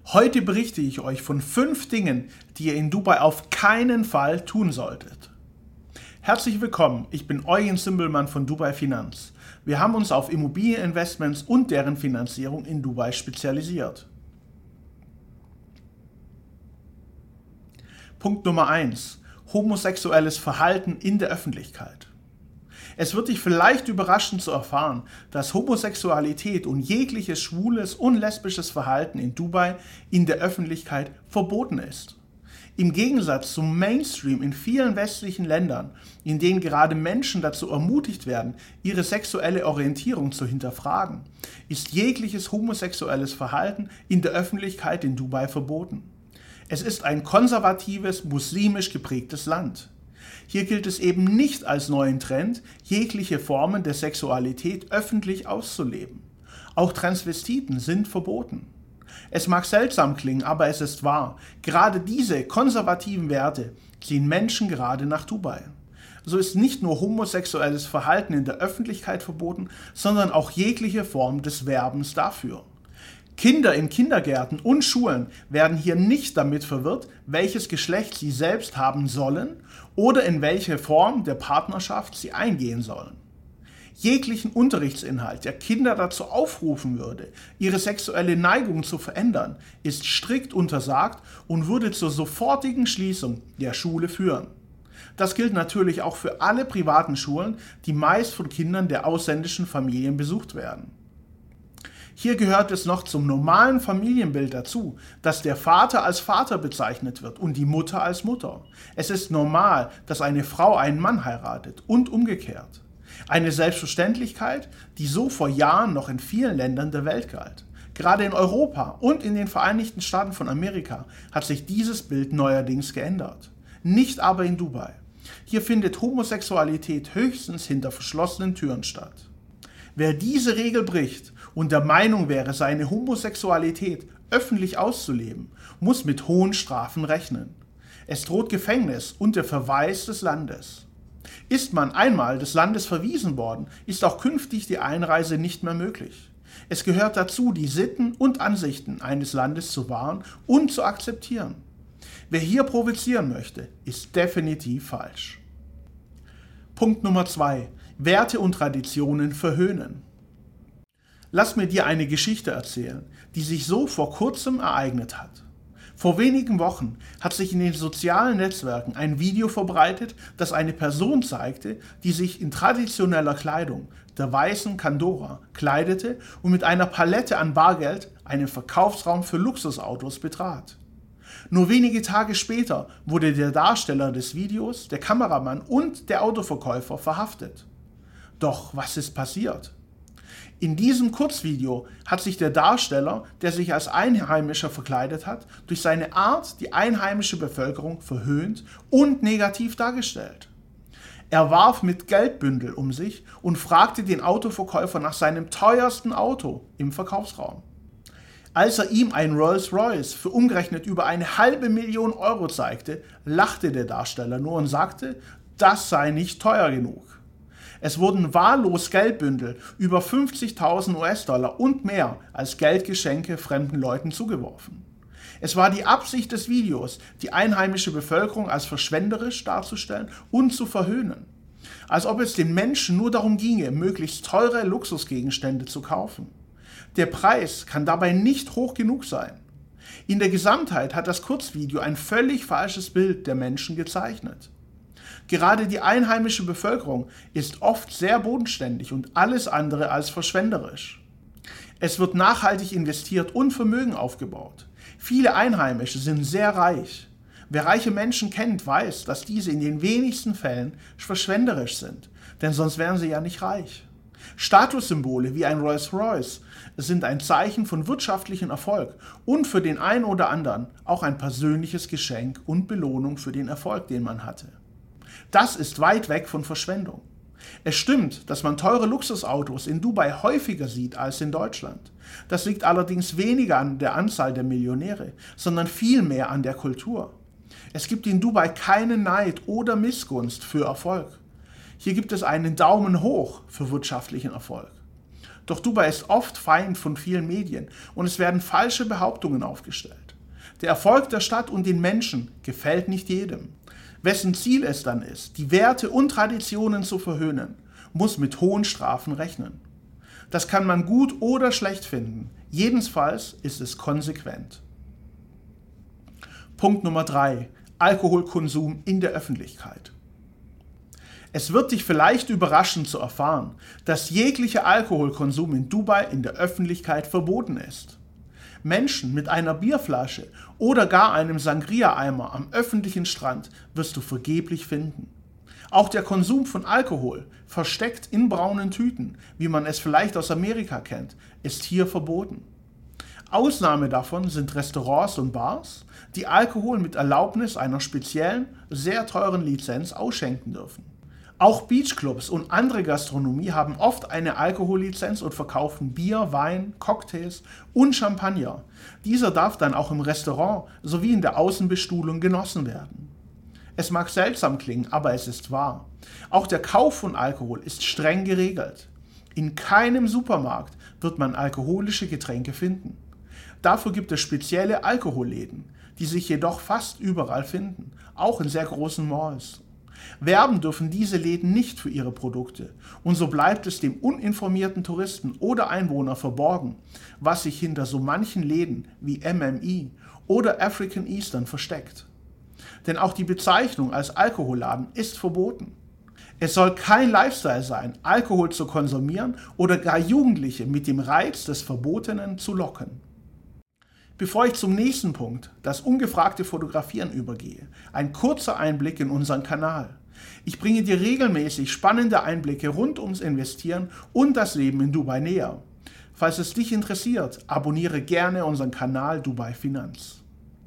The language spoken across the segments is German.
Heute berichte ich euch von 5 Dingen, die ihr in Dubai auf keinen Fall tun solltet. Herzlich willkommen, ich bin Eugen Zimbelmann von Dubai Finanz. Wir haben uns auf Immobilieninvestments und deren Finanzierung in Dubai spezialisiert. Punkt Nummer 1. Homosexuelles Verhalten in der Öffentlichkeit. Es wird dich vielleicht überraschen zu erfahren, dass Homosexualität und jegliches schwules und lesbisches Verhalten in Dubai in der Öffentlichkeit verboten ist. Im Gegensatz zum Mainstream in vielen westlichen Ländern, in denen gerade Menschen dazu ermutigt werden, ihre sexuelle Orientierung zu hinterfragen, ist jegliches homosexuelles Verhalten in der Öffentlichkeit in Dubai verboten. Es ist ein konservatives, muslimisch geprägtes Land. Hier gilt es eben nicht als neuen Trend, jegliche Formen der Sexualität öffentlich auszuleben. Auch Transvestiten sind verboten. Es mag seltsam klingen, aber es ist wahr. Gerade diese konservativen Werte ziehen Menschen gerade nach Dubai. So ist nicht nur homosexuelles Verhalten in der Öffentlichkeit verboten, sondern auch jegliche Form des Werbens dafür. Kinder in Kindergärten und Schulen werden hier nicht damit verwirrt, welches Geschlecht sie selbst haben sollen oder in welche Form der Partnerschaft sie eingehen sollen. Jeglichen Unterrichtsinhalt, der Kinder dazu aufrufen würde, ihre sexuelle Neigung zu verändern, ist strikt untersagt und würde zur sofortigen Schließung der Schule führen. Das gilt natürlich auch für alle privaten Schulen, die meist von Kindern der ausländischen Familien besucht werden. Hier gehört es noch zum normalen Familienbild dazu, dass der Vater als Vater bezeichnet wird und die Mutter als Mutter. Es ist normal, dass eine Frau einen Mann heiratet und umgekehrt. Eine Selbstverständlichkeit, die so vor Jahren noch in vielen Ländern der Welt galt. Gerade in Europa und in den Vereinigten Staaten von Amerika hat sich dieses Bild neuerdings geändert. Nicht aber in Dubai. Hier findet Homosexualität höchstens hinter verschlossenen Türen statt. Wer diese Regel bricht und der Meinung wäre, seine Homosexualität öffentlich auszuleben, muss mit hohen Strafen rechnen. Es droht Gefängnis und der Verweis des Landes. Ist man einmal des Landes verwiesen worden, ist auch künftig die Einreise nicht mehr möglich. Es gehört dazu, die Sitten und Ansichten eines Landes zu wahren und zu akzeptieren. Wer hier provozieren möchte, ist definitiv falsch. Punkt Nummer 2. Werte und Traditionen verhöhnen. Lass mir dir eine Geschichte erzählen, die sich so vor kurzem ereignet hat. Vor wenigen Wochen hat sich in den sozialen Netzwerken ein Video verbreitet, das eine Person zeigte, die sich in traditioneller Kleidung, der weißen Kandora, kleidete und mit einer Palette an Bargeld einen Verkaufsraum für Luxusautos betrat. Nur wenige Tage später wurde der Darsteller des Videos, der Kameramann und der Autoverkäufer verhaftet. Doch was ist passiert? In diesem Kurzvideo hat sich der Darsteller, der sich als Einheimischer verkleidet hat, durch seine Art die einheimische Bevölkerung verhöhnt und negativ dargestellt. Er warf mit Geldbündel um sich und fragte den Autoverkäufer nach seinem teuersten Auto im Verkaufsraum. Als er ihm ein Rolls-Royce für umgerechnet über 500.000 Euro zeigte, lachte der Darsteller nur und sagte, das sei nicht teuer genug. Es wurden wahllos Geldbündel über 50.000 US-Dollar und mehr als Geldgeschenke fremden Leuten zugeworfen. Es war die Absicht des Videos, die einheimische Bevölkerung als verschwenderisch darzustellen und zu verhöhnen. Als ob es den Menschen nur darum ginge, möglichst teure Luxusgegenstände zu kaufen. Der Preis kann dabei nicht hoch genug sein. In der Gesamtheit hat das Kurzvideo ein völlig falsches Bild der Menschen gezeichnet. Gerade die einheimische Bevölkerung ist oft sehr bodenständig und alles andere als verschwenderisch. Es wird nachhaltig investiert und Vermögen aufgebaut. Viele Einheimische sind sehr reich. Wer reiche Menschen kennt, weiß, dass diese in den wenigsten Fällen verschwenderisch sind, denn sonst wären sie ja nicht reich. Statussymbole wie ein Rolls-Royce sind ein Zeichen von wirtschaftlichem Erfolg und für den einen oder anderen auch ein persönliches Geschenk und Belohnung für den Erfolg, den man hatte. Das ist weit weg von Verschwendung. Es stimmt, dass man teure Luxusautos in Dubai häufiger sieht als in Deutschland. Das liegt allerdings weniger an der Anzahl der Millionäre, sondern vielmehr an der Kultur. Es gibt in Dubai keinen Neid oder Missgunst für Erfolg. Hier gibt es einen Daumen hoch für wirtschaftlichen Erfolg. Doch Dubai ist oft Feind von vielen Medien und es werden falsche Behauptungen aufgestellt. Der Erfolg der Stadt und den Menschen gefällt nicht jedem. Wessen Ziel es dann ist, die Werte und Traditionen zu verhöhnen, muss mit hohen Strafen rechnen. Das kann man gut oder schlecht finden. Jedenfalls ist es konsequent. Punkt Nummer 3. Alkoholkonsum in der Öffentlichkeit. Es wird dich vielleicht überraschen zu erfahren, dass jeglicher Alkoholkonsum in Dubai in der Öffentlichkeit verboten ist. Menschen mit einer Bierflasche oder gar einem Sangria-Eimer am öffentlichen Strand wirst du vergeblich finden. Auch der Konsum von Alkohol, versteckt in braunen Tüten, wie man es vielleicht aus Amerika kennt, ist hier verboten. Ausnahme davon sind Restaurants und Bars, die Alkohol mit Erlaubnis einer speziellen, sehr teuren Lizenz ausschenken dürfen. Auch Beachclubs und andere Gastronomie haben oft eine Alkohollizenz und verkaufen Bier, Wein, Cocktails und Champagner. Dieser darf dann auch im Restaurant sowie in der Außenbestuhlung genossen werden. Es mag seltsam klingen, aber es ist wahr. Auch der Kauf von Alkohol ist streng geregelt. In keinem Supermarkt wird man alkoholische Getränke finden. Dafür gibt es spezielle Alkoholläden, die sich jedoch fast überall finden, auch in sehr großen Malls. Werben dürfen diese Läden nicht für ihre Produkte und so bleibt es dem uninformierten Touristen oder Einwohner verborgen, was sich hinter so manchen Läden wie MMI oder African Eastern versteckt. Denn auch die Bezeichnung als Alkoholladen ist verboten. Es soll kein Lifestyle sein, Alkohol zu konsumieren oder gar Jugendliche mit dem Reiz des Verbotenen zu locken. Bevor ich zum nächsten Punkt, das ungefragte Fotografieren, übergehe, ein kurzer Einblick in unseren Kanal. Ich bringe dir regelmäßig spannende Einblicke rund ums Investieren und das Leben in Dubai näher. Falls es dich interessiert, abonniere gerne unseren Kanal Dubai Finanz.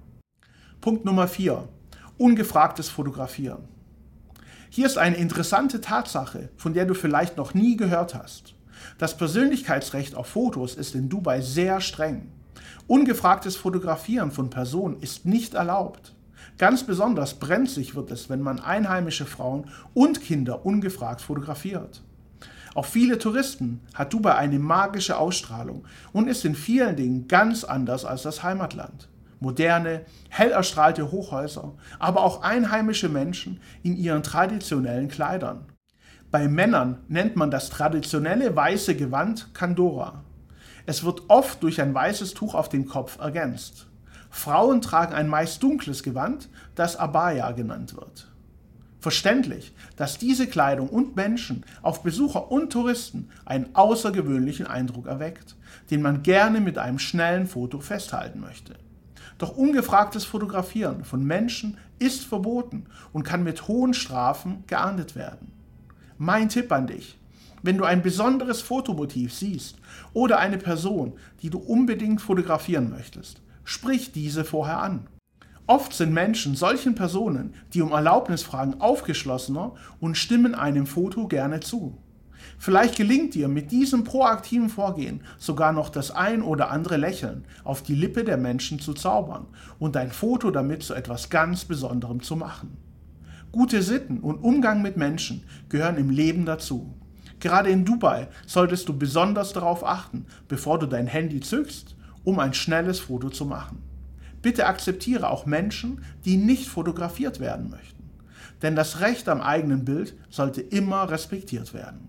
Punkt Nummer 4. Ungefragtes Fotografieren. Hier ist eine interessante Tatsache, von der du vielleicht noch nie gehört hast. Das Persönlichkeitsrecht auf Fotos ist in Dubai sehr streng. Ungefragtes Fotografieren von Personen ist nicht erlaubt. Ganz besonders brenzlig wird es, wenn man einheimische Frauen und Kinder ungefragt fotografiert. Auf viele Touristen hat Dubai eine magische Ausstrahlung und ist in vielen Dingen ganz anders als das Heimatland. Moderne, hell erstrahlte Hochhäuser, aber auch einheimische Menschen in ihren traditionellen Kleidern. Bei Männern nennt man das traditionelle weiße Gewand Kandora. Es wird oft durch ein weißes Tuch auf dem Kopf ergänzt. Frauen tragen ein meist dunkles Gewand, das Abaya genannt wird. Verständlich, dass diese Kleidung und Menschen auf Besucher und Touristen einen außergewöhnlichen Eindruck erweckt, den man gerne mit einem schnellen Foto festhalten möchte. Doch ungefragtes Fotografieren von Menschen ist verboten und kann mit hohen Strafen geahndet werden. Mein Tipp an dich: Wenn du ein besonderes Fotomotiv siehst oder eine Person, die du unbedingt fotografieren möchtest, sprich diese vorher an. Oft sind Menschen solchen Personen, die um Erlaubnis fragen, aufgeschlossener und stimmen einem Foto gerne zu. Vielleicht gelingt dir mit diesem proaktiven Vorgehen sogar noch das ein oder andere Lächeln auf die Lippe der Menschen zu zaubern und dein Foto damit zu etwas ganz Besonderem zu machen. Gute Sitten und Umgang mit Menschen gehören im Leben dazu. Gerade in Dubai solltest du besonders darauf achten, bevor du dein Handy zückst, um ein schnelles Foto zu machen. Bitte akzeptiere auch Menschen, die nicht fotografiert werden möchten. Denn das Recht am eigenen Bild sollte immer respektiert werden.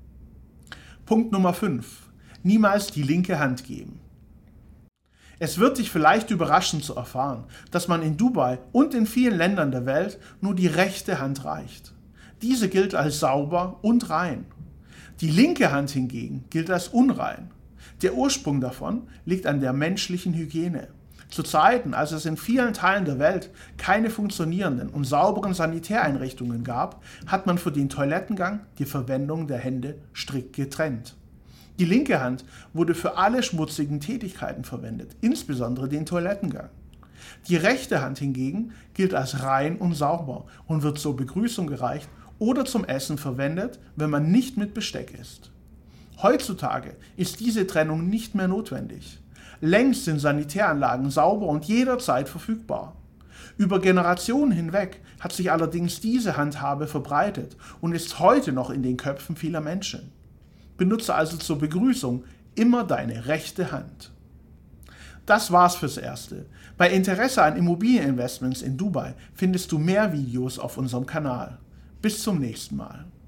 Punkt Nummer 5. Niemals die linke Hand geben. Es wird dich vielleicht überraschen zu erfahren, dass man in Dubai und in vielen Ländern der Welt nur die rechte Hand reicht. Diese gilt als sauber und rein. Die linke Hand hingegen gilt als unrein. Der Ursprung davon liegt an der menschlichen Hygiene. Zu Zeiten, als es in vielen Teilen der Welt keine funktionierenden und sauberen Sanitäreinrichtungen gab, hat man für den Toilettengang die Verwendung der Hände strikt getrennt. Die linke Hand wurde für alle schmutzigen Tätigkeiten verwendet, insbesondere den Toilettengang. Die rechte Hand hingegen gilt als rein und sauber und wird zur Begrüßung gereicht oder zum Essen verwendet, wenn man nicht mit Besteck isst. Heutzutage ist diese Trennung nicht mehr notwendig. Längst sind Sanitäranlagen sauber und jederzeit verfügbar. Über Generationen hinweg hat sich allerdings diese Handhabe verbreitet und ist heute noch in den Köpfen vieler Menschen. Benutze also zur Begrüßung immer deine rechte Hand. Das war's fürs Erste. Bei Interesse an Immobilieninvestments in Dubai findest du mehr Videos auf unserem Kanal. Bis zum nächsten Mal.